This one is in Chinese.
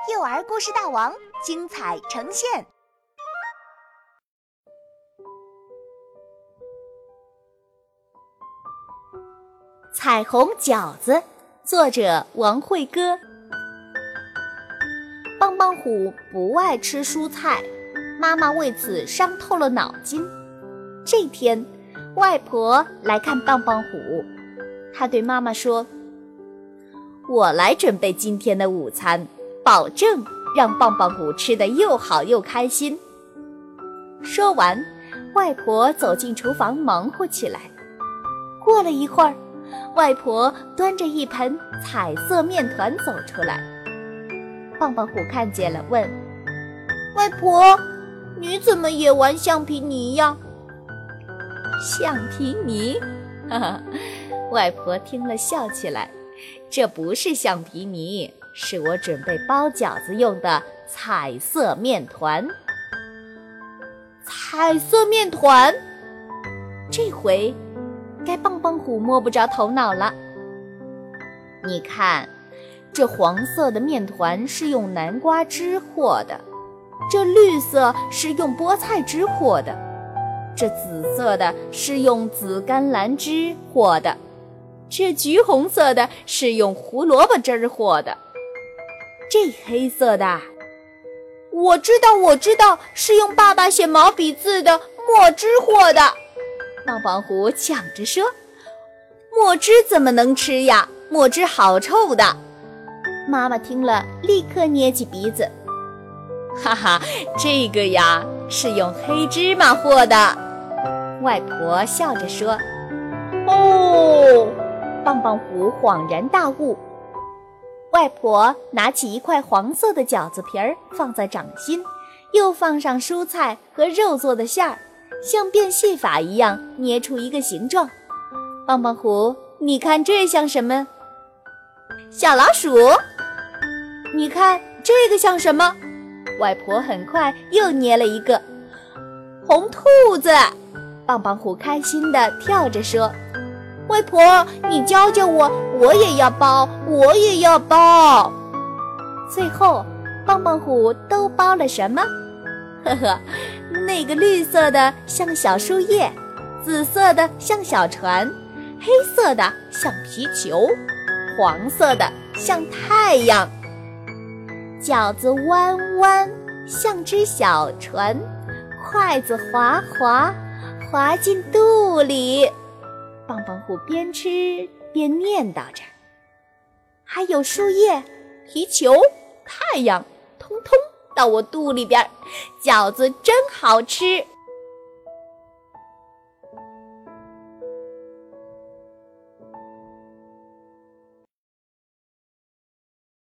幼儿故事大王精彩呈现。彩虹饺子，作者王慧歌。棒棒虎不爱吃蔬菜，妈妈为此伤透了脑筋。这天，外婆来看棒棒虎，她对妈妈说：“我来准备今天的午餐，保证让棒棒虎吃得又好又开心。”说完，外婆走进厨房忙活起来。过了一会儿，外婆端着一盆彩色面团走出来。棒棒虎看见了，问：“外婆，你怎么也玩橡皮泥呀？”橡皮泥？哈哈，外婆听了笑起来。这不是橡皮泥，是我准备包饺子用的彩色面团。彩色面团？这回该棒棒虎摸不着头脑了。你看，这黄色的面团是用南瓜汁和的，这绿色是用菠菜汁和的，这紫色的是用紫甘蓝汁和的，这橘红色的是用胡萝卜汁和的，这黑色的，我知道，是用爸爸写毛笔字的墨汁和的。棒棒虎抢着说：“墨汁怎么能吃呀？墨汁好臭的。”妈妈听了，立刻捏起鼻子：“哈哈，这个呀，是用黑芝麻和的。”外婆笑着说：“哦。”棒棒虎恍然大悟。外婆拿起一块黄色的饺子皮儿放在掌心，又放上蔬菜和肉做的馅儿，像变戏法一样捏出一个形状。棒棒虎，你看这像什么？小老鼠。你看这个像什么？外婆很快又捏了一个红兔子。棒棒虎开心地跳着说：“外婆，你教教我，我也要包，我也要包。”最后，棒棒虎都包了什么？呵呵，那个绿色的像小树叶，紫色的像小船，黑色的像皮球，黄色的像太阳。饺子弯弯像只小船，筷子滑滑滑进肚里。棒棒虎边吃边念叨着，还有树叶、皮球、太阳，通通到我肚里边，饺子真好吃。